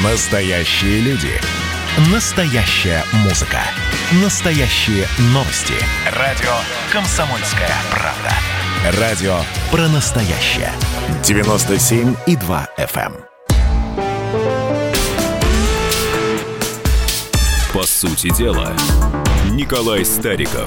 Настоящие люди. Настоящая музыка. Настоящие новости. Радио «Комсомольская правда». Радио про настоящее. 97,2 FM. По сути дела, Николай Стариков.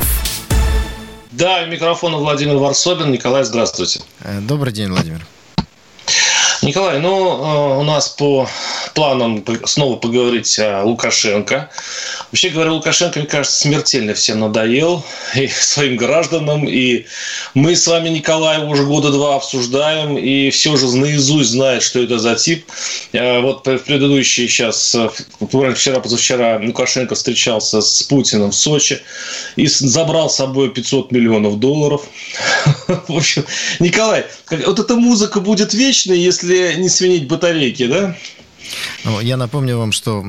Да, микрофон Владимир Варсобин. Николай, здравствуйте. Добрый день, Владимир. Николай, у нас по планам снова поговорить о Лукашенко. Вообще говоря, Лукашенко, мне кажется, смертельно всем надоел, и своим гражданам, и мы с вами, Николай, уже года два обсуждаем, и все уже наизусть знают, что это за тип. Вот в предыдущие сейчас, вчера-позавчера Лукашенко встречался с Путиным в Сочи и забрал с собой $500 миллионов. В общем, Николай, вот эта музыка будет вечной, если не сменить батарейки, да? Я напомню вам, что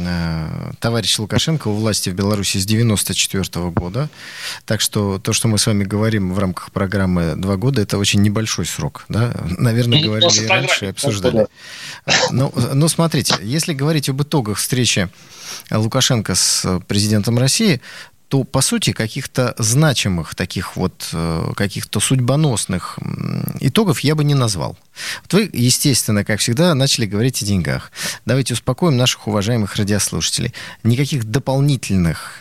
товарищ Лукашенко у власти в Беларуси с 1994 года. Так что то, что мы с вами говорим в рамках программы 2 года, это очень небольшой срок. Да? Наверное, говорили и раньше, и обсуждали. Но смотрите, если говорить об итогах встречи Лукашенко с президентом России, то, по сути, каких-то значимых, таких вот, каких-то судьбоносных итогов я бы не назвал. Вот вы, естественно, как всегда, начали говорить о деньгах. Давайте успокоим наших уважаемых радиослушателей. Никаких дополнительных,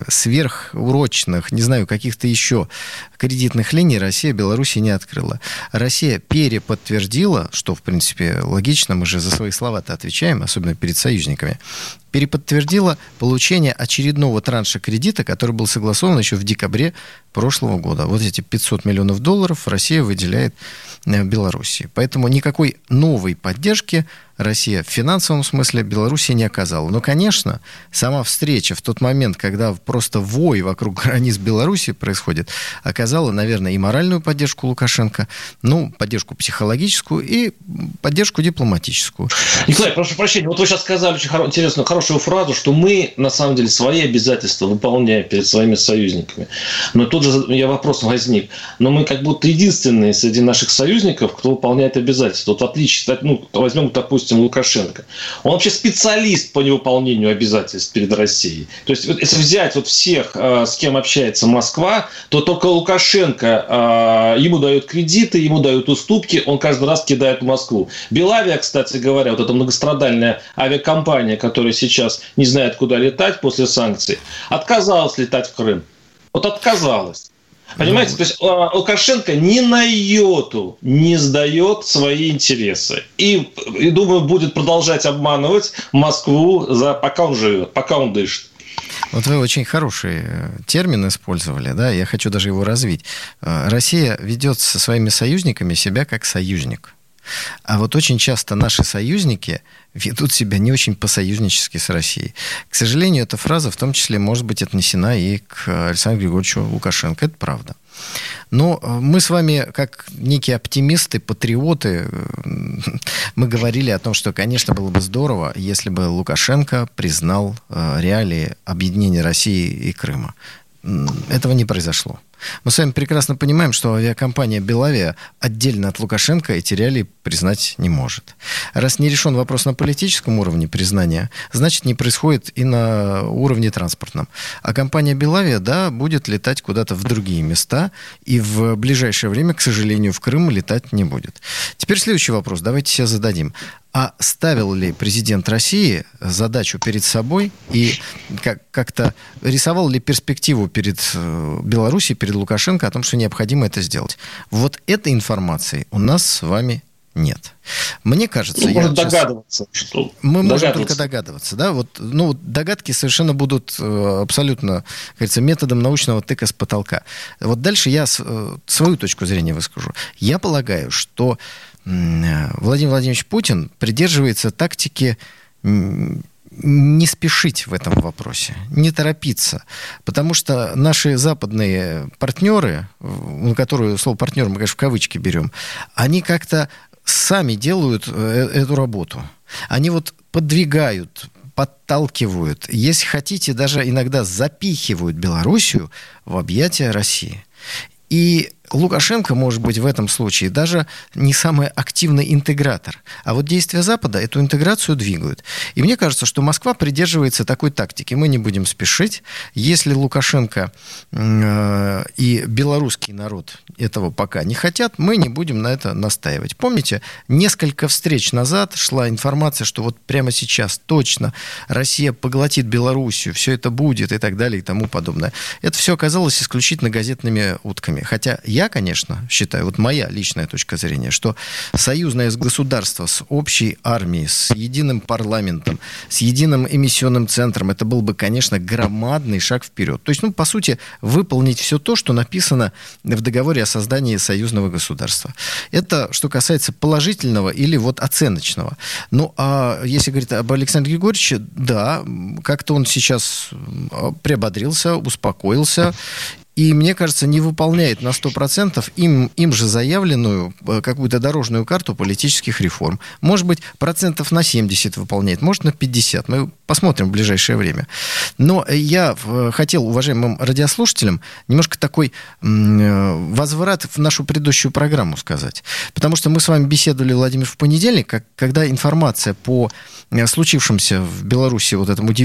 сверхурочных, не знаю, каких-то еще кредитных линий Россия Беларуси не открыла. Россия переподтвердила, что, в принципе, логично, мы же за свои слова-то отвечаем, особенно перед союзниками, переподтвердила получение очередного транша кредита, который был согласован еще в декабре прошлого года. Вот эти $500 миллионов Россия выделяет Беларуси. Поэтому никакой новой поддержки Россия в финансовом смысле Беларуси не оказала. Но, конечно, сама встреча в тот момент, когда просто вой вокруг границ Беларуси происходит, оказала, наверное, и моральную поддержку Лукашенко, поддержку психологическую и поддержку дипломатическую. Николай, прошу прощения, вот вы сейчас сказали очень интересную, хорошую фразу, что мы, на самом деле, свои обязательства выполняем перед своими союзниками. Но тут же вопрос возник. Но мы как будто единственные среди наших союзников, кто выполняет обязательства. Вот в отличие, возьмем, допустим, Лукашенко. Он вообще специалист по невыполнению обязательств перед Россией. То есть, если взять всех, с кем общается Москва, то только Лукашенко, ему дают кредиты, ему дают уступки, он каждый раз кидает в Москву. Белавиа, кстати говоря, вот эта многострадальная авиакомпания, которая сейчас не знает, куда летать после санкций, отказалась летать в Крым. Вот отказалась. Понимаете, то есть Лукашенко ни на йоту не сдает свои интересы. И думаю, будет продолжать обманывать Москву, пока он живет, пока он дышит. Вот вы очень хороший термин использовали, да, я хочу даже его развить. Россия ведет со своими союзниками себя как союзник. А вот очень часто наши союзники ведут себя не очень по-союзнически с Россией. К сожалению, эта фраза в том числе может быть отнесена и к Александру Григорьевичу Лукашенко. Это правда. Но мы с вами, как некие оптимисты, патриоты, мы говорили о том, что, конечно, было бы здорово, если бы Лукашенко признал реалии объединения России и Крыма. Этого не произошло. Мы с вами прекрасно понимаем, что авиакомпания «Белавиа» отдельно от Лукашенко эти реалии признать не может. Раз не решен вопрос на политическом уровне признания, значит, не происходит и на уровне транспортном. А компания «Белавиа», да, будет летать куда-то в другие места, и в ближайшее время, к сожалению, в Крым летать не будет. Теперь следующий вопрос. Давайте себе зададим. А ставил ли президент России задачу перед собой и как-то рисовал ли перспективу перед Белоруссией, перед Лукашенко о том, что необходимо это сделать? Вот этой информации у нас с вами нет. Мне кажется... догадываться. Мы можем только догадываться. Да? Догадки совершенно будут абсолютно, как говорится, методом научного тыка с потолка. Вот дальше я свою точку зрения выскажу. Я полагаю, что Владимир Владимирович Путин придерживается тактики не спешить в этом вопросе, не торопиться. Потому что наши западные партнеры, которые слово «партнер» мы, конечно, в кавычки берем, они как-то сами делают эту работу. Они подвигают, подталкивают, если хотите, даже иногда запихивают Белоруссию в объятия России. И Лукашенко, может быть, в этом случае даже не самый активный интегратор. А вот действия Запада эту интеграцию двигают. И мне кажется, что Москва придерживается такой тактики. Мы не будем спешить. Если Лукашенко и белорусский народ этого пока не хотят, мы не будем на это настаивать. Помните, несколько встреч назад шла информация, что вот прямо сейчас точно Россия поглотит Белоруссию, все это будет и так далее и тому подобное. Это все оказалось исключительно газетными утками. Хотя я, конечно, считаю, вот моя личная точка зрения, что союзное государство с общей армией, с единым парламентом, с единым эмиссионным центром, это был бы, конечно, громадный шаг вперед. То есть, по сути, выполнить все то, что написано в договоре о создании союзного государства. Это что касается положительного или вот оценочного. Ну, а если говорить об Александре Григорьевиче, да, как-то он сейчас приободрился, успокоился. И, мне кажется, не выполняет на 100% им же заявленную какую-то дорожную карту политических реформ. Может быть, процентов на 70 выполняет, может, на 50. Мы посмотрим в ближайшее время. Но я хотел, уважаемым радиослушателям, немножко такой возврат в нашу предыдущую программу сказать. Потому что мы с вами беседовали, Владимир, в понедельник, когда информация по случившемуся в Беларуси вот этом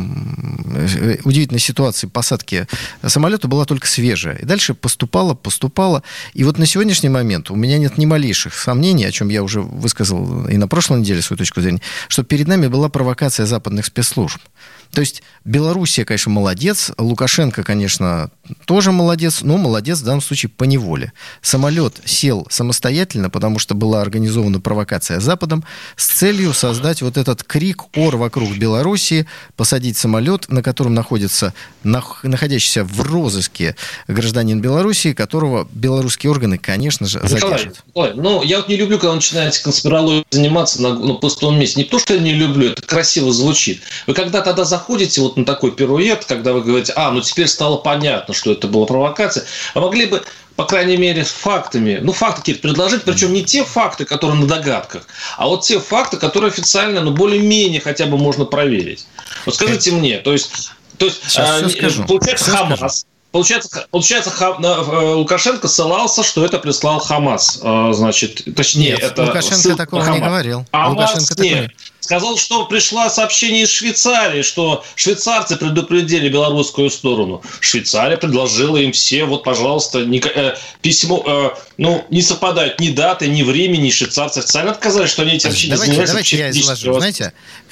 удивительной ситуации посадки самолета была только свежая. И дальше поступала. И вот на сегодняшний момент у меня нет ни малейших сомнений, о чем я уже высказал и на прошлой неделе свою точку зрения, что перед нами была провокация западных спецслужб. То есть Белоруссия, конечно, молодец, Лукашенко, конечно, тоже молодец, но молодец в данном случае по неволе. Самолет сел самостоятельно, потому что была организована провокация Западом с целью создать вот этот крик, ор вокруг Белоруссии, посадить самолет, на котором находящийся в розыске гражданин Белоруссии, которого белорусские органы, конечно же, задержат. Николай, я вот не люблю, когда вы начинаете конспирологией заниматься на пустом месте. Не то, что я не люблю, это красиво звучит. Вы когда тогда заходите вот на такой пируэт, когда вы говорите, теперь стало понятно, что это была провокация, а могли бы, по крайней мере, с фактами, факты какие-то предложить, причем не те факты, которые на догадках, а вот те факты, которые официально, более-менее хотя бы можно проверить. Вот скажите мне, то есть получается, Хамас. Получается, Лукашенко ссылался, что это прислал Хамас. Нет, Лукашенко такого не говорил. Сказал, что пришло сообщение из Швейцарии, что швейцарцы предупредили белорусскую сторону. Швейцария предложила им все, пожалуйста, письмо, не совпадают ни даты, ни времени, швейцарцы официально отказались, что они этим вообще не занимаются. Давайте я изложу. Знаете,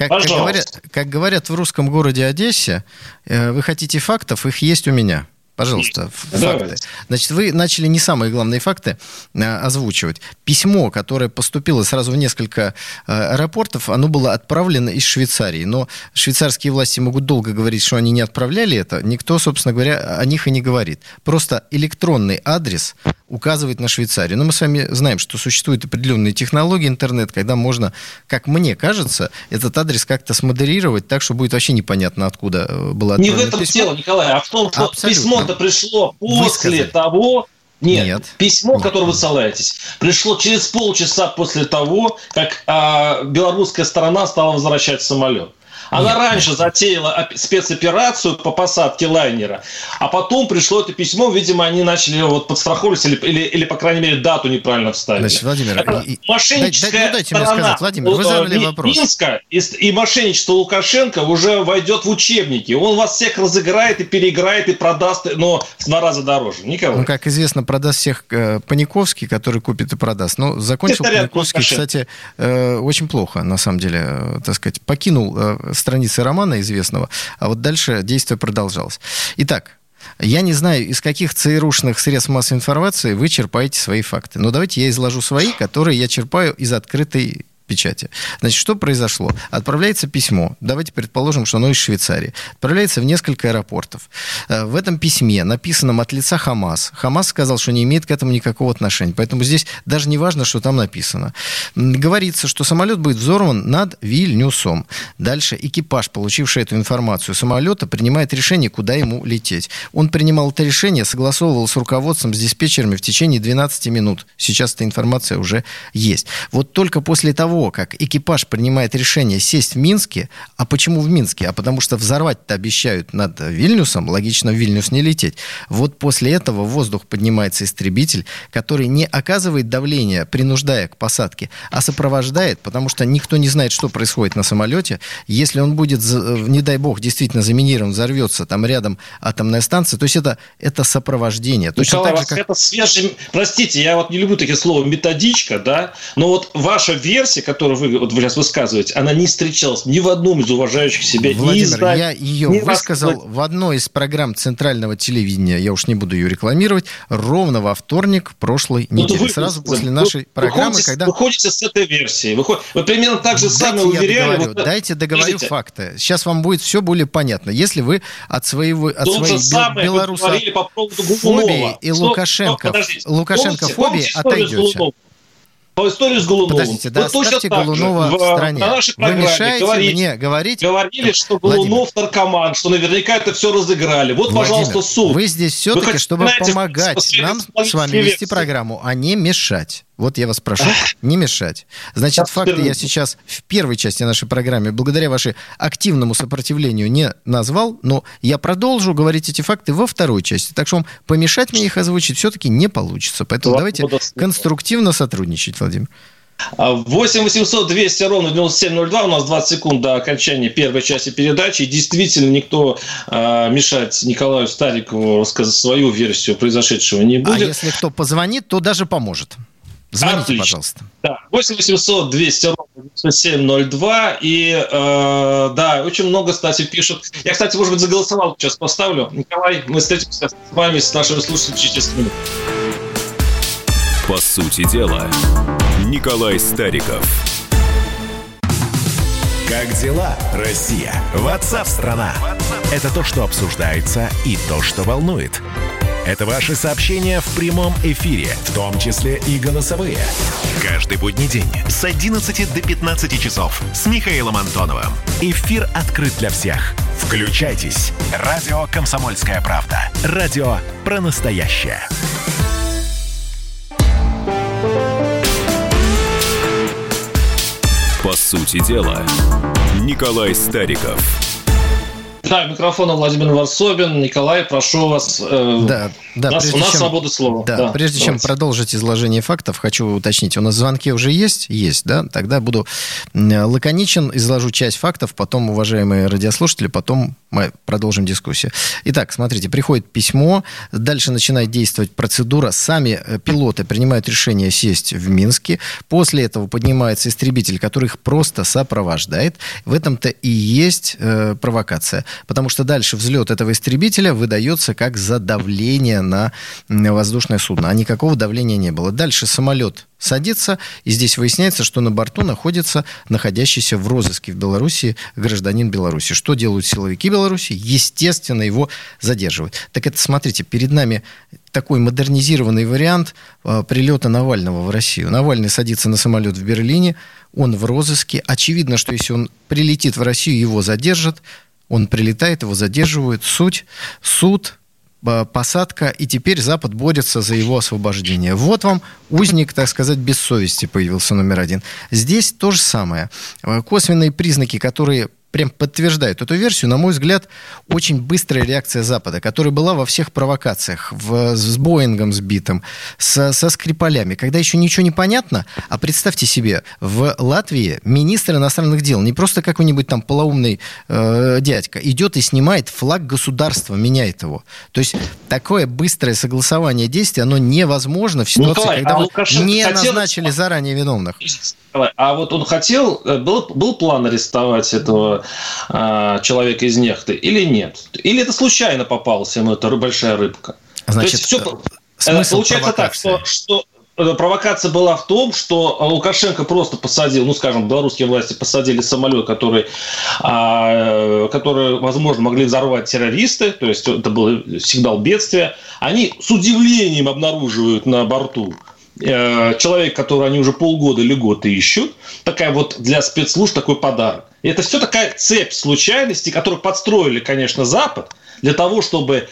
как говорят в русском городе Одессе, вы хотите фактов, их есть у меня. Пожалуйста, факты. Значит, вы начали не самые главные факты озвучивать. Письмо, которое поступило сразу в несколько аэропортов, оно было отправлено из Швейцарии. Но швейцарские власти могут долго говорить, что они не отправляли это. Никто, собственно говоря, о них и не говорит. Просто электронный адрес указывает на Швейцарию. Но мы с вами знаем, что существуют определенные технологии интернет, когда можно, как мне кажется, этот адрес как-то смодерировать так, что будет вообще непонятно, откуда было отправлено. Не в этом дело, Николай, а в том, что письмо-то пришло после того... Нет. Письмо, которое вы ссылаетесь, пришло через полчаса после того, как белорусская сторона стала возвращать самолет. Она раньше затеяла спецоперацию по посадке лайнера, а потом пришло это письмо, видимо, они начали подстраховываться или, по крайней мере, дату неправильно вставили. Значит, Владимир, мошенническая сторона Минска и мошенничество Лукашенко уже войдет в учебники. Он вас всех разыграет и переиграет, и продаст, но в 2 раза дороже. Никого. Как известно, продаст всех Паниковский, который купит и продаст. Но закончил Паниковский, кстати, очень плохо, на самом деле, так сказать, покинул страницы романа известного, а вот дальше действие продолжалось. Итак, я не знаю, из каких ЦРУшных средств массовой информации вы черпаете свои факты. Но давайте я изложу свои, которые я черпаю из открытой печати. Значит, что произошло? Отправляется письмо, давайте предположим, что оно из Швейцарии, отправляется в несколько аэропортов. В этом письме, написанном от лица Хамас, Хамас сказал, что не имеет к этому никакого отношения, поэтому здесь даже не важно, что там написано. Говорится, что самолет будет взорван над Вильнюсом. Дальше экипаж, получивший эту информацию самолета, принимает решение, куда ему лететь. Он принимал это решение, согласовывал с руководством, с диспетчерами в течение 12 минут. Сейчас эта информация уже есть. Вот только после того, того, как экипаж принимает решение сесть в Минске, а почему в Минске? А потому что взорвать-то обещают над Вильнюсом, логично в Вильнюс не лететь. Вот после этого в воздух поднимается истребитель, который не оказывает давления, принуждая к посадке, а сопровождает, потому что никто не знает, что происходит на самолете. Если он будет, не дай бог, действительно заминирован, взорвется, там рядом атомная станция, то есть это сопровождение. Точно Николай, так же, как... это свежий... Простите, я вот не люблю такие слова методичка, да, но вот ваша версия, которую вы сейчас высказываете, она не встречалась ни в одном из уважающих себя Владимир, я ее высказал в одной из программ центрального телевидения, я уж не буду ее рекламировать, ровно во вторник прошлой недели, сразу после нашей программы, когда... Вы ходите с этой версией, вы примерно так же самое уверяли... Дайте договорю факты. Сейчас вам будет все более понятно. Если вы от своей белорусофобии и Лукашенко-фобии отойдете. По истории с Голуновым. Подождите, да, оставьте Голунова в стороне. На нашей Вы программе мешаете мне говорить... Говорили, что Голунов наркоман, что наверняка это все разыграли. Вот, Владимир, пожалуйста, суд. Вы здесь все-таки, чтобы помогать нам с вами вести программу, а не мешать. Вот я вас прошу не мешать. Значит, факты я сейчас в первой части нашей программы, благодаря вашему активному сопротивлению, не назвал, но я продолжу говорить эти факты во второй части. Так что вам помешать мне их озвучить все-таки не получится. Поэтому давайте конструктивно сотрудничать, Владимир. 8 800 200 ровно 9702. У нас 20 секунд до окончания первой части передачи. И действительно никто мешать Николаю Старикову рассказать свою версию произошедшего не будет. А если кто позвонит, то даже поможет. Звоните, отлично, пожалуйста. Да, 8 800 200 ровно 9702. И да, очень много, кстати, пишут. Я, кстати, может быть, заголосовал, сейчас поставлю. Николай, мы встретимся с вами, с нашими слушателями через минуту. По сути дела, Николай Стариков. Как дела, Россия? WhatsApp-страна! Это то, что обсуждается, и то, что волнует. Это ваши сообщения в прямом эфире, в том числе и голосовые. Каждый будний день с 11 до 15 часов с Михаилом Антоновым. Эфир открыт для всех. Включайтесь. Радио «Комсомольская правда». Радио про настоящее. По сути дела, Николай Стариков. Да, микрофон Владимир Варсобин. Николай, прошу вас. Да, у нас свобода слова. Да, прежде чем продолжить изложение фактов, хочу уточнить. У нас звонки уже есть? Есть, да? Тогда буду лаконичен, изложу часть фактов, потом, уважаемые радиослушатели, потом мы продолжим дискуссию. Итак, смотрите, приходит письмо, дальше начинает действовать процедура. Сами пилоты принимают решение сесть в Минске. После этого поднимается истребитель, который их просто сопровождает. В этом-то и есть провокация. Потому что дальше взлет этого истребителя выдается как задавление на воздушное судно. А никакого давления не было. Дальше самолет садится, и здесь выясняется, что на борту находится находящийся в розыске в Беларуси гражданин Беларуси. Что делают силовики Беларуси? Естественно, его задерживают. Так это, смотрите, перед нами такой модернизированный вариант прилета Навального в Россию. Навальный садится на самолет в Берлине, он в розыске. Очевидно, что если он прилетит в Россию, его задержат. Он прилетает, его задерживают. Суд, посадка, и теперь Запад борется за его освобождение. Вот вам узник, так сказать, без совести появился номер один. Здесь то же самое. Косвенные признаки, которые прям подтверждают эту версию, на мой взгляд, очень быстрая реакция Запада, которая была во всех провокациях, с Боингом сбитым, со Скрипалями, когда еще ничего не понятно, а представьте себе, в Латвии министр иностранных дел, не просто какой-нибудь там полоумный дядька, идет и снимает флаг государства, меняет его. То есть такое быстрое согласование действий, оно невозможно в ситуации, Николай, когда вы не назначили заранее виновных. А вот он хотел, был план арестовать этого человека из Нехты или нет? Или это случайно попалась ему эта большая рыбка? Значит, то есть получается так, что провокация была в том, что Лукашенко просто посадил, скажем, белорусские власти посадили самолет, который, возможно, могли взорвать террористы, то есть это был сигнал бедствия. Они с удивлением обнаруживают на борту человек, которого они уже полгода или год ищут, такая вот для спецслужб такой подарок. И это все такая цепь случайностей, которую подстроили, конечно, Запад, для того, чтобы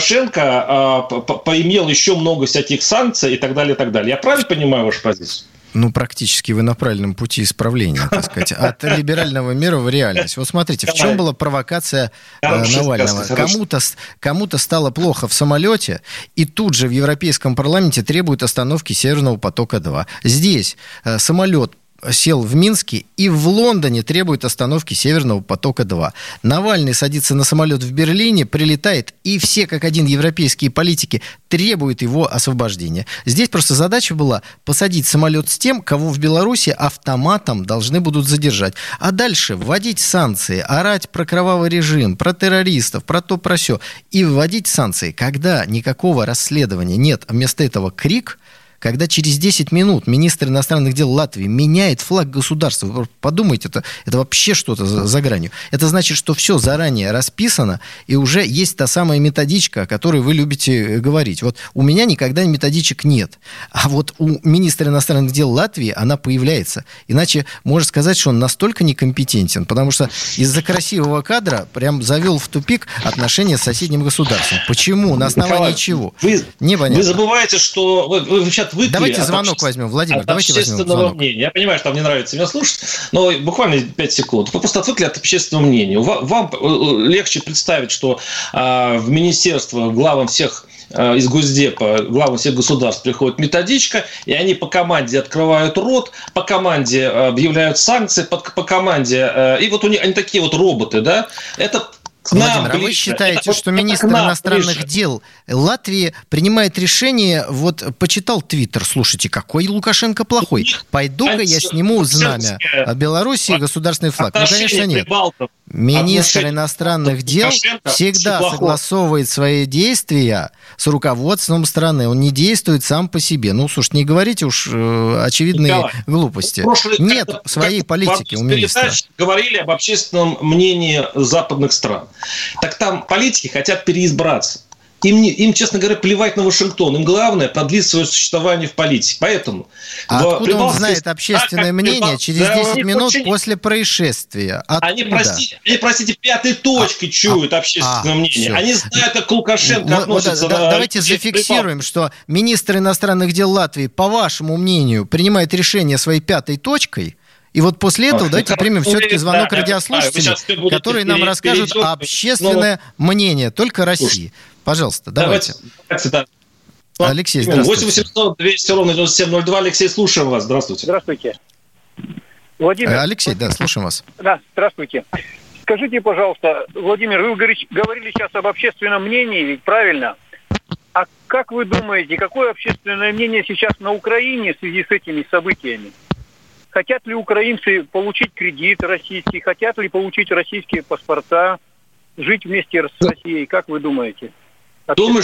Лукашенко поимел еще много всяких санкций и так далее, и так далее. Я правильно понимаю вашу позицию? Практически вы на правильном пути исправления, так сказать, от либерального мира в реальность. Вот смотрите, в чем была провокация Навального? Кому-то стало плохо в самолете, и тут же в Европейском парламенте требуют остановки Северного потока-2. Здесь самолет сел в Минске, и в Лондоне требует остановки Северного потока-2. Навальный садится на самолет в Берлине, прилетает, и все, как один, европейские политики требуют его освобождения. Здесь просто задача была посадить самолет с тем, кого в Беларуси автоматом должны будут задержать. А дальше вводить санкции, орать про кровавый режим, про террористов, про то, про сё. И вводить санкции, когда никакого расследования нет, а вместо этого крик. Когда через 10 минут министр иностранных дел Латвии меняет флаг государства, вы подумайте, это вообще что-то за гранью. Это значит, что все заранее расписано, и уже есть та самая методичка, о которой вы любите говорить. Вот у меня никогда методичек нет, а вот у министра иностранных дел Латвии она появляется. Иначе можно сказать, что он настолько некомпетентен, потому что из-за красивого кадра прям завел в тупик отношения с соседним государством. Почему? На основании чего? Непонятно. Вы забываете, что вы сейчас давайте звонок возьмем, Владимир, давайте возьмем звонок. Мнения. Я понимаю, что вам не нравится меня слушать, но буквально 5 секунд. Вы просто отвыкли от общественного мнения. Вам легче представить, что в министерство главам всех из Госдепа, главам всех государств приходит методичка, и они по команде открывают рот, по команде объявляют санкции, по команде... И вот они такие вот роботы, да? Это... Владимир, а вы считаете, что министр иностранных дел Латвии принимает решение, вот почитал Твиттер, слушайте, какой Лукашенко плохой, пойду-ка я сниму знамя Белоруссии, государственный флаг? Ну, конечно, нет. Министр иностранных дел всегда согласовывает свои действия с руководством страны. Он не действует сам по себе. Ну, слушайте, не говорите уж очевидные глупости. Нет своей политики у министра. Говорили об общественном мнении западных стран. Так там политики хотят переизбраться. Им, честно говоря, плевать на Вашингтон. Им главное продлить свое существование в политике. Поэтому... откуда он знает общественное мнение через 10 минут после происшествия? Они, простите, пятой точкой чуют общественное мнение. Все. Они знают, как Лукашенко относится... Давайте зафиксируем, что министр иностранных дел Латвии, по вашему мнению, принимает решение своей пятой точкой. И вот после этого давайте примем все-таки звонок радиослушателей, которые нам расскажут общественное мнение только России. Пожалуйста, давайте. Алексей, здравствуйте. 8-800-200-97-02. Алексей, слушаем вас. Здравствуйте. Здравствуйте. Владимир. Алексей, да, слушаем вас. Да, здравствуйте. Скажите, пожалуйста, Владимир, вы говорили сейчас об общественном мнении, ведь правильно? А как вы думаете, какое общественное мнение сейчас на Украине в связи с этими событиями? Хотят ли украинцы получить кредит российский? Хотят ли получить российские паспорта? Жить вместе с Россией? Как вы думаете? Думаю,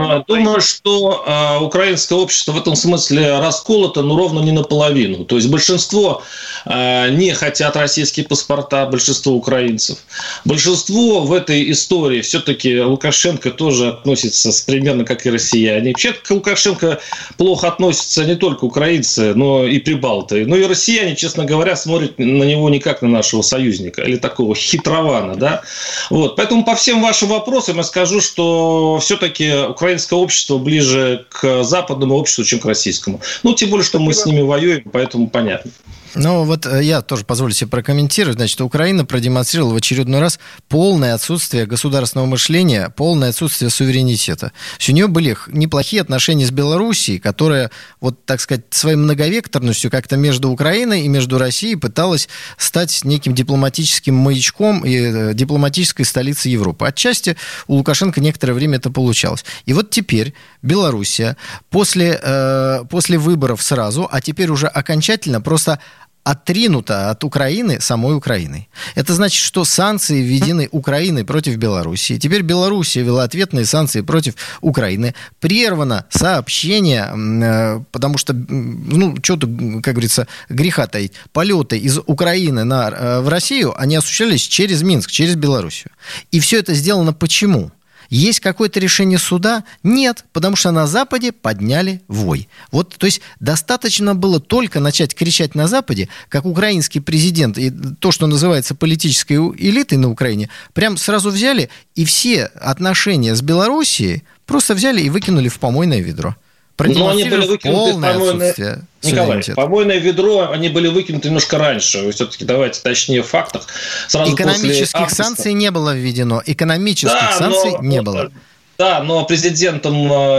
что украинское общество в этом смысле расколото, но ровно не наполовину. То есть большинство не хотят российские паспорта, большинство украинцев. Большинство в этой истории все-таки Лукашенко тоже относится примерно как и россияне. Вообще к Лукашенко плохо относятся не только украинцы, но и прибалты. Но и россияне, честно говоря, смотрят на него не как на нашего союзника или такого хитрована. Да? Вот. Поэтому по всем вашим вопросам я скажу, что все-таки украинское общество ближе к западному обществу, чем к российскому. Ну, тем более, что мы с ними воюем, поэтому понятно. Ну, вот я тоже позволю себе прокомментировать. Значит, Украина продемонстрировала в очередной раз полное отсутствие государственного мышления, полное отсутствие суверенитета. У нее были неплохие отношения с Белоруссией, которая, вот, так сказать, своей многовекторностью как-то между Украиной и между Россией пыталась стать неким дипломатическим маячком и дипломатической столицей Европы. Отчасти у Лукашенко некоторое время это получалось. И вот теперь Белоруссия после выборов сразу, а теперь уже окончательно просто отринута от Украины самой Украиной. Это значит, что санкции введены Украиной против Белоруссии. Теперь Белоруссия ввела ответные санкции против Украины. Прервано сообщение, потому что, ну, что-то, как говорится, греха таить. Полеты из Украины в Россию, они осуществлялись через Минск, через Белоруссию. И все это сделано почему? Есть какое-то решение суда? Нет, потому что на Западе подняли вой. Вот, то есть достаточно было только начать кричать на Западе, как украинский президент и то, что называется политической элитой на Украине, прям сразу взяли и все отношения с Белоруссией просто взяли и выкинули в помойное ведро. Продемонстрировав полное отсутствие Николай, помойное ведро, они были выкинуты немножко раньше. Все-таки давайте точнее в фактах. Сразу экономических санкций не было введено. Экономических санкций не было. Да, но президентом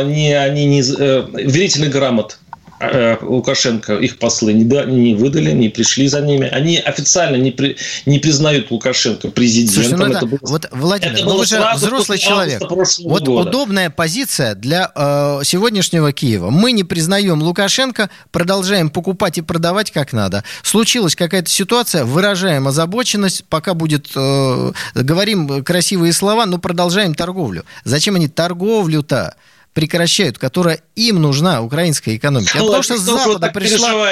верительных грамот Лукашенко, их послы не выдали, не пришли за ними. Они официально не признают Лукашенко президентом. Слушай, вот, Владимир, вы же взрослый человек. Вот года. Удобная позиция для сегодняшнего Киева. Мы не признаем Лукашенко, продолжаем покупать и продавать как надо. Случилась какая-то ситуация, выражаем озабоченность, пока будет, говорим красивые слова, но продолжаем торговлю. Зачем они торговлю-то прекращают, которая им нужна, украинская экономика? Потому что с Запада пришла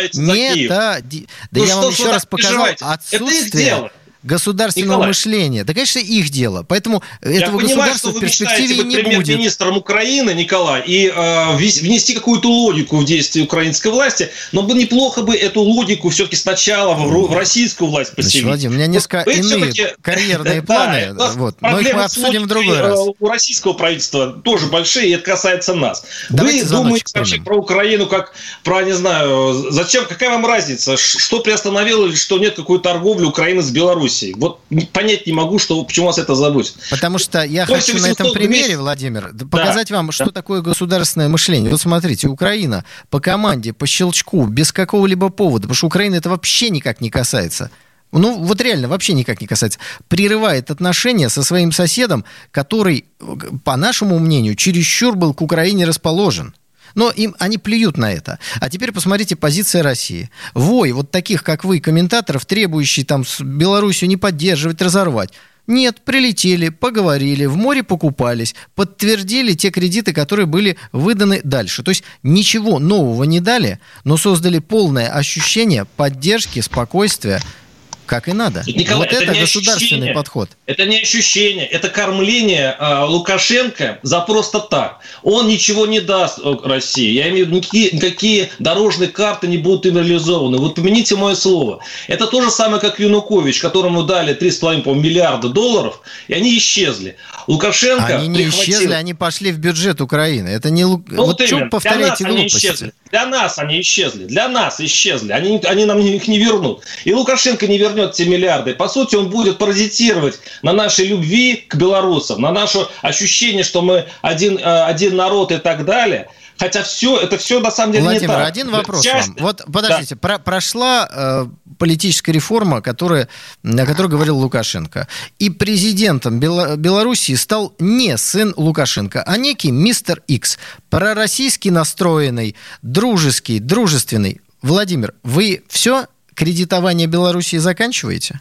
я вам еще раз показал отсутствие государственного мышления. Да, конечно, их дело. Поэтому этого государства в перспективе не будет. Премьер-министром Украины, Николай, и внести какую-то логику в действие украинской власти, но неплохо бы эту логику все-таки сначала в российскую власть поселить. Владимир, у меня несколько иные карьерные планы, но их мы обсудим в другой раз. У российского правительства тоже большие, и это касается нас. Вы думаете вообще про Украину как про, не знаю, зачем, какая вам разница, что приостановило или что нет какой торговли Украины с Беларусью? Вот понять не могу, почему вас это заботит. Потому что я хочу на этом примере, Владимир, показать вам, что такое государственное мышление. Вот смотрите, Украина по команде, по щелчку, без какого-либо повода, потому что Украина это вообще никак не касается. Вот реально вообще никак не касается. Прерывает отношения со своим соседом, который, по нашему мнению, чересчур был к Украине расположен. Но они плюют на это. А теперь посмотрите позиция России. Вой вот таких, как вы, комментаторов, требующих там Белоруссию не поддерживать, разорвать. Нет, прилетели, поговорили, в море покупались, подтвердили те кредиты, которые были выданы дальше. То есть ничего нового не дали, но создали полное ощущение поддержки, спокойствия, как и надо. Николай, вот это государственный подход. Это не ощущение, это кормление Лукашенко за просто так. Он ничего не даст России. Я имею в виду, никакие дорожные карты не будут им реализованы. Вот помяните мое слово. Это то же самое, как Янукович, которому дали 3,5 миллиарда долларов, и они исчезли. Лукашенко они не исчезли, они пошли в бюджет Украины. Это не вот что повторяете глупости? Для нас они исчезли. Для нас исчезли. Они нам их не вернут. И Лукашенко не вернет эти миллиарды. По сути, он будет паразитировать на нашей любви к белорусам, на наше ощущение, что мы один народ и так далее. Хотя это все на самом деле Владимир, не так. один вопрос вам. Вот подождите, прошла политическая реформа, о которой говорил Лукашенко. И президентом Белоруссии стал не сын Лукашенко, а некий мистер Икс. Пророссийски настроенный, дружественный. Владимир, вы все кредитование Белоруссии заканчиваете?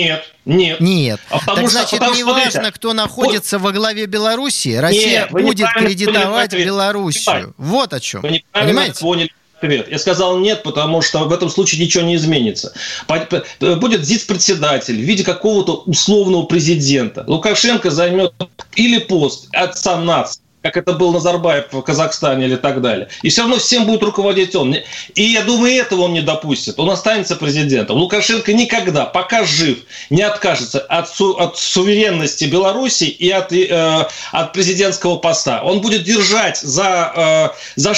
Нет. Так значит, не важно, кто находится во главе Белоруссии, Россия будет кредитовать Белоруссию. Вот о чем. Вы неправильно поняли ответ. Я сказал нет, потому что в этом случае ничего не изменится. Будет зиц-председатель в виде какого-то условного президента. Лукашенко займет или пост отца нации, как это был Назарбаев в Казахстане или так далее. И все равно всем будет руководить он. И я думаю, этого он не допустит. Он останется президентом. Лукашенко никогда, пока жив, не откажется от суверенности Беларуси и от президентского поста. Он будет держать за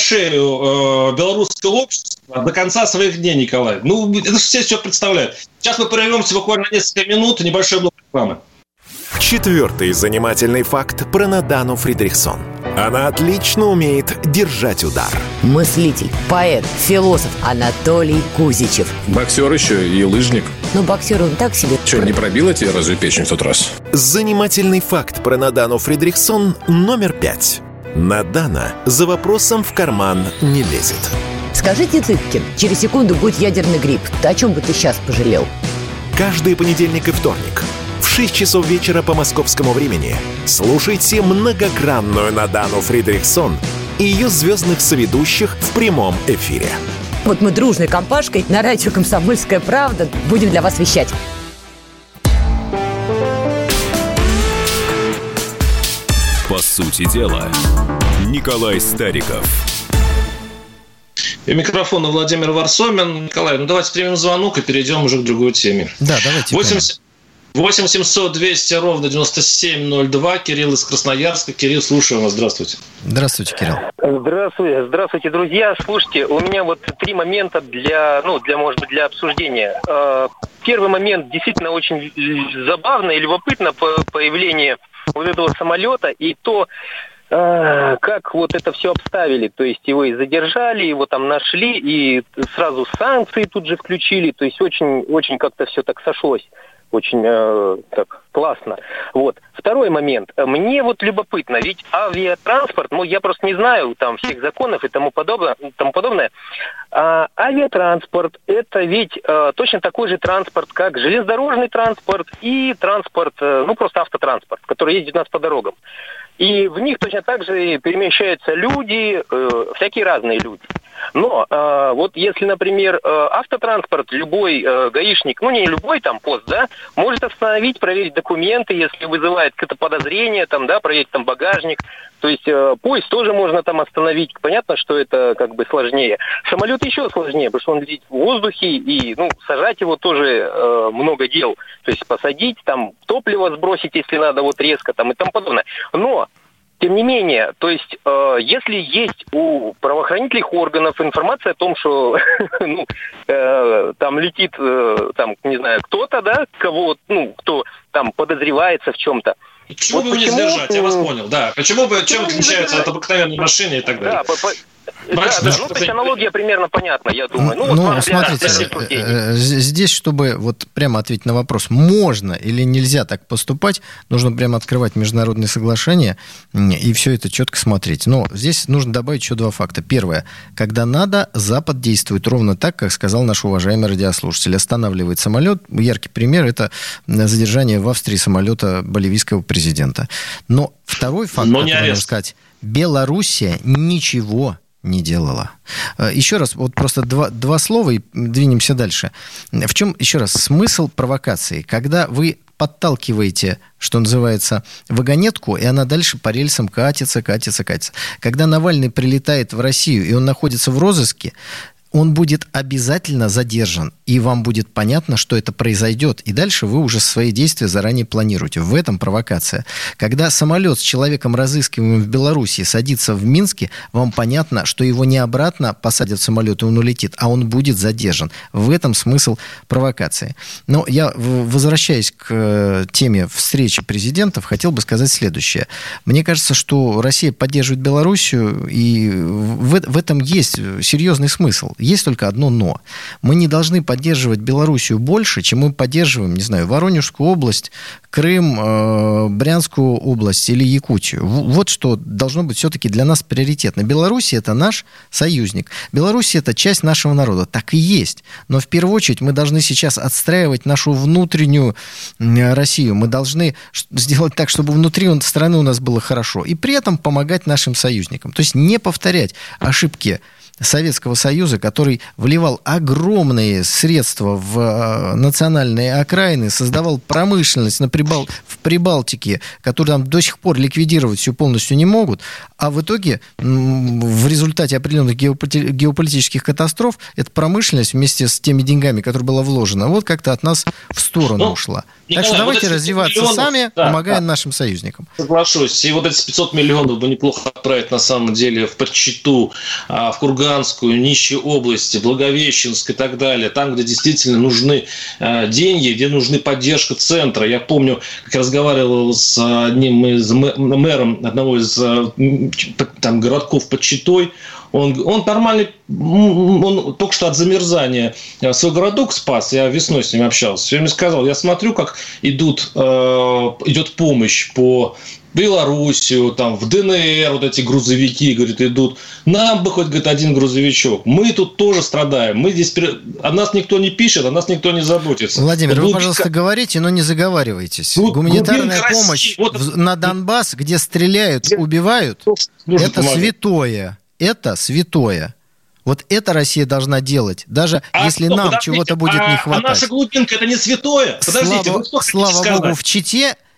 шею белорусское общество до конца своих дней, Николай. Это все представляют. Сейчас мы прервемся буквально несколько минут. Небольшой блок рекламы. Четвертый занимательный факт про Надану Фридрихсон. Она отлично умеет держать удар. Мыслитель, поэт, философ Анатолий Кузичев. Боксер еще и лыжник. Боксер он так себе. Что, не пробила тебе разве печень в тот раз? Занимательный факт про Надану Фридрихсон номер 5. Надана за вопросом в карман не лезет. Скажите, Цыпкин, через секунду будет ядерный грипп. О чем бы ты сейчас пожалел? Каждый понедельник и вторник в 6 часов вечера по московскому времени слушайте многогранную Надану Фридрихсон и ее звездных соведущих в прямом эфире. Вот мы дружной компашкой на радио «Комсомольская правда» будем для вас вещать. По сути дела, Николай Стариков. И микрофон у Владимира Варсобин. Николай, давайте примем звонок и перейдем уже к другой теме. Да, давайте. 8 800 200 ровно 9702. Кирилл из Красноярска. Кирилл, слушаю вас. Здравствуйте. Здравствуйте, Кирилл. Здравствуйте, друзья. Слушайте, у меня вот 3 момента для обсуждения. Первый момент действительно очень забавно и любопытно появление вот этого самолета и то, как вот это все обставили. То есть его и задержали, его там нашли, и сразу санкции тут же включили. То есть очень, очень как-то все так сошлось. Очень так классно. Вот. Второй момент. Мне вот любопытно, ведь авиатранспорт, я просто не знаю там всех законов и тому подобное. Авиатранспорт – это ведь точно такой же транспорт, как железнодорожный транспорт и транспорт, просто автотранспорт, который ездит у нас по дорогам. И в них точно так же перемещаются люди, всякие разные люди. Но вот если, например, автотранспорт, любой гаишник, не любой там пост, да, может остановить, проверить документы, если вызывает какое-то подозрение, там, да, проверить там багажник. То есть поезд тоже можно там остановить. Понятно, что это как бы сложнее. Самолет еще сложнее, потому что он летит в воздухе, и сажать его тоже много дел. То есть посадить, там топливо сбросить, если надо, вот резко там и тому подобное. Но тем не менее, то есть, если есть у правоохранительных органов информация о том, что там летит, не знаю, кто-то, да, кого, кто там подозревается в чем-то. Почему бы его не сдержать? Я вас понял, да. Почему бы, чем отличается от обыкновенной машины и так далее? То есть аналогия примерно понятна, я думаю. Смотрите, здесь, чтобы вот прямо ответить на вопрос, можно или нельзя так поступать, нужно прямо открывать международные соглашения и все это четко смотреть. Но здесь нужно добавить еще 2 факта. Первое. Когда надо, Запад действует ровно так, как сказал наш уважаемый радиослушатель. Останавливает самолет. Яркий пример – это задержание в Австрии самолета боливийского президента. Но второй факт, который нужно сказать, Белоруссия ничего не делала. Еще раз, вот просто два слова и двинемся дальше. В чем, еще раз, смысл провокации? Когда вы подталкиваете, что называется, вагонетку, и она дальше по рельсам катится. Когда Навальный прилетает в Россию, и он находится в розыске, он будет обязательно задержан, и вам будет понятно, что это произойдет. И дальше вы уже свои действия заранее планируете. В этом провокация. Когда самолет с человеком, разыскиваемым в Беларуси, садится в Минске, вам понятно, что его не обратно посадят в самолет, и он улетит, а он будет задержан. В этом смысл провокации. Но я, возвращаясь к теме встречи президентов, хотел бы сказать следующее. Мне кажется, что Россия поддерживает Белоруссию, и в этом есть серьезный смысл. Есть только одно «но». Мы не должны поддерживать Белоруссию больше, чем мы поддерживаем, не знаю, Воронежскую область, Крым, Брянскую область или Якутию. Вот что должно быть все-таки для нас приоритетно. Белоруссия – это наш союзник. Белоруссия – это часть нашего народа. Так и есть. Но в первую очередь мы должны сейчас отстраивать нашу внутреннюю Россию. Мы должны сделать так, чтобы внутри страны у нас было хорошо. И при этом помогать нашим союзникам. То есть не повторять ошибки Советского Союза, который вливал огромные средства в национальные окраины, создавал промышленность в Прибалтике, которую там до сих пор ликвидировать всю полностью не могут, а в итоге в результате определенных геополитических катастроф эта промышленность вместе с теми деньгами, которые была вложена, вот как-то от нас в сторону ушла. Так что давайте развиваться сами, помогая нашим союзникам. Соглашусь. И вот эти 500 миллионов бы неплохо отправить на самом деле в Подчиту, в Курганскую, нищие области, Благовещенск и так далее. Там, где действительно нужны деньги, где нужны поддержка центра. Я помню, как я разговаривал с одним из мэром одного из там городков под Читой. Он нормальный, он только что от замерзания свой городок спас, я весной с ним общался, все время сказал, я смотрю, как идет помощь по Белоруссию, там, в ДНР вот эти грузовики, говорит, идут. Нам бы хоть, говорит, один грузовичок. Мы тут тоже страдаем. Мы здесь... О нас никто не пишет, о нас никто не заботится. Владимир, вы, пожалуйста, говорите, но не заговаривайтесь. Гуманитарная помощь на Донбасс, где стреляют, убивают, это святое. Это святое. Вот это Россия должна делать, даже если нам чего-то будет не хватать. А наша глубинка – это не святое? Подождите, слава Богу, в Чите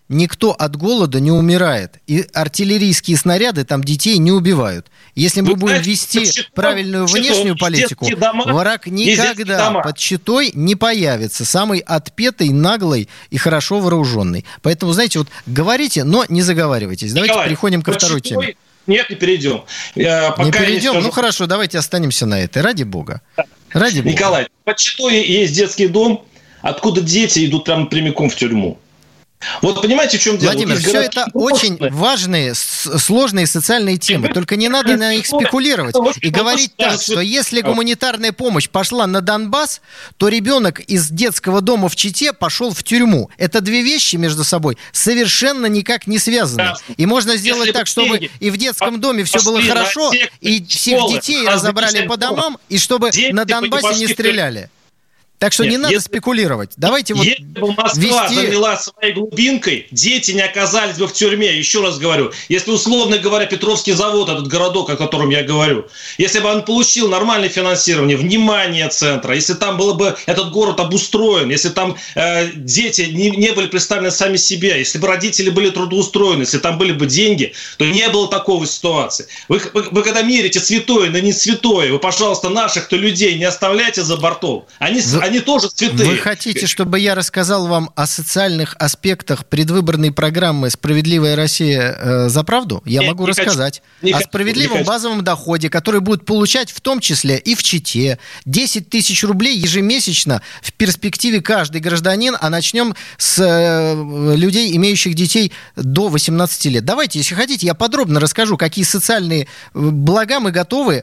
никто от голода не умирает. И артиллерийские снаряды там детей не убивают. Если мы будем вести правильную внешнюю политику, враг никогда под щитой не появится. Самый отпетый, наглый и хорошо вооруженный. Поэтому, знаете, вот говорите, но не заговаривайтесь. Давайте переходим ко второй теме. Нет, не перейдем. Не перейдем? Ну хорошо, давайте останемся на этой. Ради бога. Ради бога. Николай, под щитой есть детский дом, откуда дети идут прямо прямиком в тюрьму. Вот понимаете, в чем дело? Владимир, все это очень важные, сложные социальные темы. Только не надо на них спекулировать и говорить так, что если гуманитарная помощь пошла на Донбасс, то ребенок из детского дома в Чите пошел в тюрьму. Это две вещи между собой совершенно никак не связаны. И можно сделать так, чтобы и в детском доме все было хорошо, и всех детей разобрали по домам, и чтобы на Донбассе не стреляли. Так что не надо спекулировать. Давайте вот если бы Москва завела своей глубинкой, дети не оказались бы в тюрьме. Еще раз говорю, если, условно говоря, Петровский завод, этот городок, о котором я говорю, если бы он получил нормальное финансирование, внимание центра, если там был бы этот город обустроен, если там дети не были представлены сами себе, если бы родители были трудоустроены, если там были бы деньги, то не было такой ситуации. Вы когда мерите святое на не святое, вы, пожалуйста, наших-то людей не оставляйте за бортом. Они тоже святые. Вы хотите, чтобы я рассказал вам о социальных аспектах предвыборной программы «Справедливая Россия за правду»? Я могу рассказать. О справедливом базовом доходе, который будет получать в том числе и в Чите. 10 тысяч рублей ежемесячно в перспективе каждый гражданин, а начнем с людей, имеющих детей до 18 лет. Давайте, если хотите, я подробно расскажу, какие социальные блага мы готовы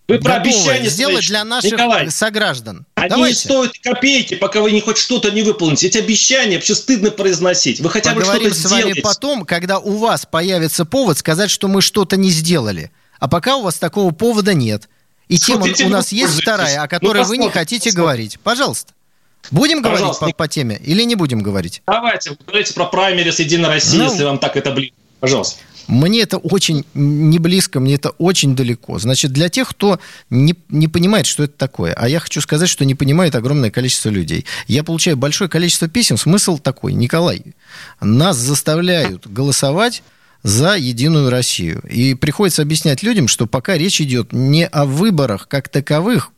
сделать для наших сограждан. Они не стоят копейки, пока вы хоть что-то не выполните. Эти обещания вообще стыдно произносить. Вы хотя бы что-то сделаете. Поговорим с вами потом, когда у вас появится повод сказать, что мы что-то не сделали. А пока у вас такого повода нет. И тема у нас есть вторая, о которой вы не хотите говорить. Пожалуйста. Будем говорить по теме или не будем говорить? Давайте, говорите про праймерис Единой России, если вам так это близко. Пожалуйста. Мне это очень не близко, мне это очень далеко. Значит, для тех, кто не понимает, что это такое, а я хочу сказать, что не понимает огромное количество людей. Я получаю большое количество писем. Смысл такой: Николай, нас заставляют голосовать за Единую Россию. И приходится объяснять людям, что пока речь идет не о выборах как таковых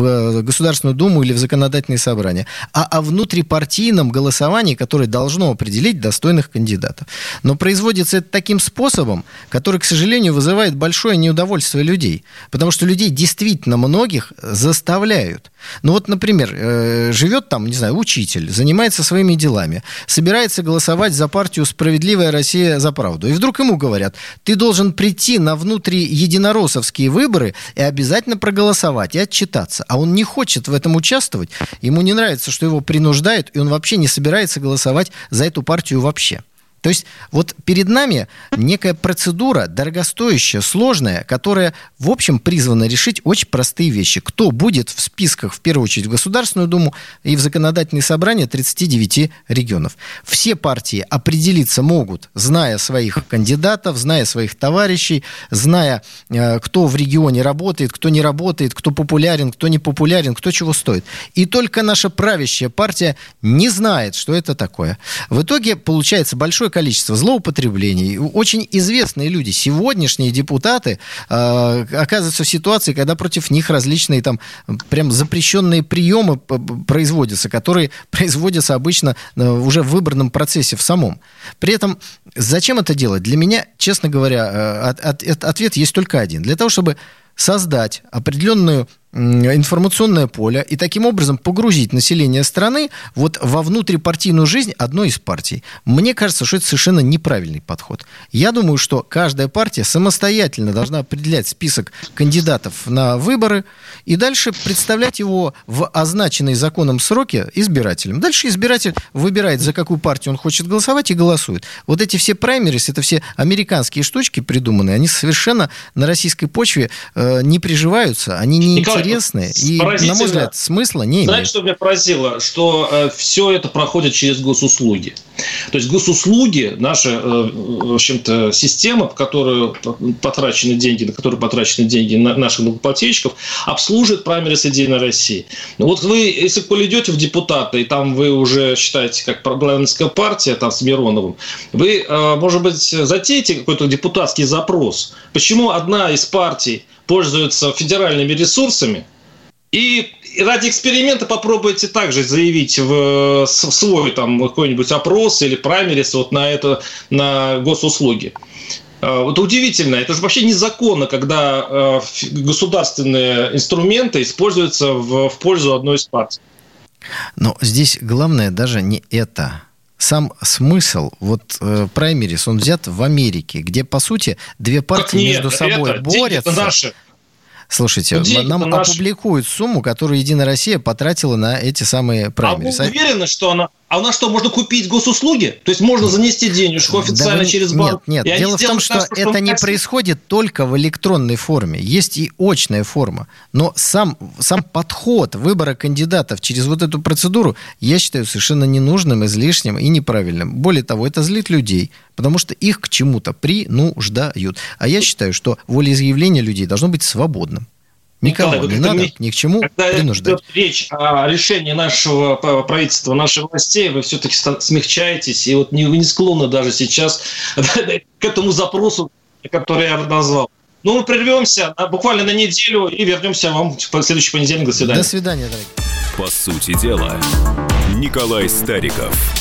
в Государственную Думу или в законодательные собрания, а о внутрипартийном голосовании, которое должно определить достойных кандидатов. Но производится это таким способом, который, к сожалению, вызывает большое неудовольствие людей. Потому что людей действительно многих заставляют. Ну вот, например, живет там, не знаю, учитель, занимается своими делами, собирается голосовать за партию «Справедливая Россия за правду». И вдруг ему говорят: ты должен прийти на внутриединороссовские выборы и обязательно проголосовать и отчитаться. А он не хочет в этом участвовать, ему не нравится, что его принуждают, и он вообще не собирается голосовать за эту партию вообще. То есть вот перед нами некая процедура дорогостоящая, сложная, которая, в общем, призвана решить очень простые вещи. Кто будет в списках, в первую очередь, в Государственную Думу и в законодательные собрания 39 регионов. Все партии определиться могут, зная своих кандидатов, зная своих товарищей, зная, кто в регионе работает, кто не работает, кто популярен, кто не популярен, кто чего стоит. И только наша правящая партия не знает, что это такое. В итоге получается большое количество злоупотреблений. Очень известные люди, сегодняшние депутаты, оказываются в ситуации, когда против них различные там прям запрещенные приемы производятся, которые производятся обычно уже в выборном процессе в самом. При этом зачем это делать? Для меня, честно говоря, ответ есть только один. Для того, чтобы создать определенную информационное поле и таким образом погрузить население страны вот во внутрипартийную жизнь одной из партий. Мне кажется, что это совершенно неправильный подход. Я думаю, что каждая партия самостоятельно должна определять список кандидатов на выборы и дальше представлять его в означенные законом сроки избирателям. Дальше избиратель выбирает, за какую партию он хочет голосовать, и голосует. Вот эти все праймерис, это все американские штучки придуманные, они совершенно на российской почве не приживаются, они не интересны. неинтересны и, на мой взгляд, смысла не имеют. Знаете, что меня поразило? Что все это проходит через госуслуги. То есть госуслуги, наша, в общем-то, система, в которую потрачены деньги, на которую потрачены деньги наших налогоплательщиков, обслуживает праймерис «Единой России». Вот вы, если идете в депутаты, и там вы уже считаете, как парламентская партия там, с Мироновым, вы, может быть, затеете какой-то депутатский запрос. Почему одна из партий пользуется федеральными ресурсами, и ради эксперимента попробуйте также заявить в свой там, какой-нибудь опрос или праймерис вот на госуслуги. Вот удивительно, это же вообще незаконно, когда государственные инструменты используются в пользу одной из партий. Но здесь главное даже не это. Сам смысл, праймерис, он взят в Америке, где, по сути, две партии между собой борются. Наши. Слушайте, нам опубликуют сумму, которую «Единая Россия» потратила на эти самые праймерис. А вы уверены, что она... А у нас что, можно купить госуслуги? То есть можно занести денежку официально через банк? Нет. Дело в том, что это не происходит только в электронной форме. Есть и очная форма. Но сам подход выбора кандидатов через вот эту процедуру я считаю совершенно ненужным, излишним и неправильным. Более того, это злит людей, потому что их к чему-то принуждают. А я считаю, что волеизъявление людей должно быть свободным. Никого не надо ни к чему принуждать. Когда идет речь о решении нашего правительства, наших властей, вы все-таки смягчаетесь, и вот вы не склонны даже сейчас к этому запросу, который я назвал. Мы прервемся буквально на неделю и вернемся вам в следующий понедельник. До свидания. До свидания, дорогие. По сути дела, Николай Стариков.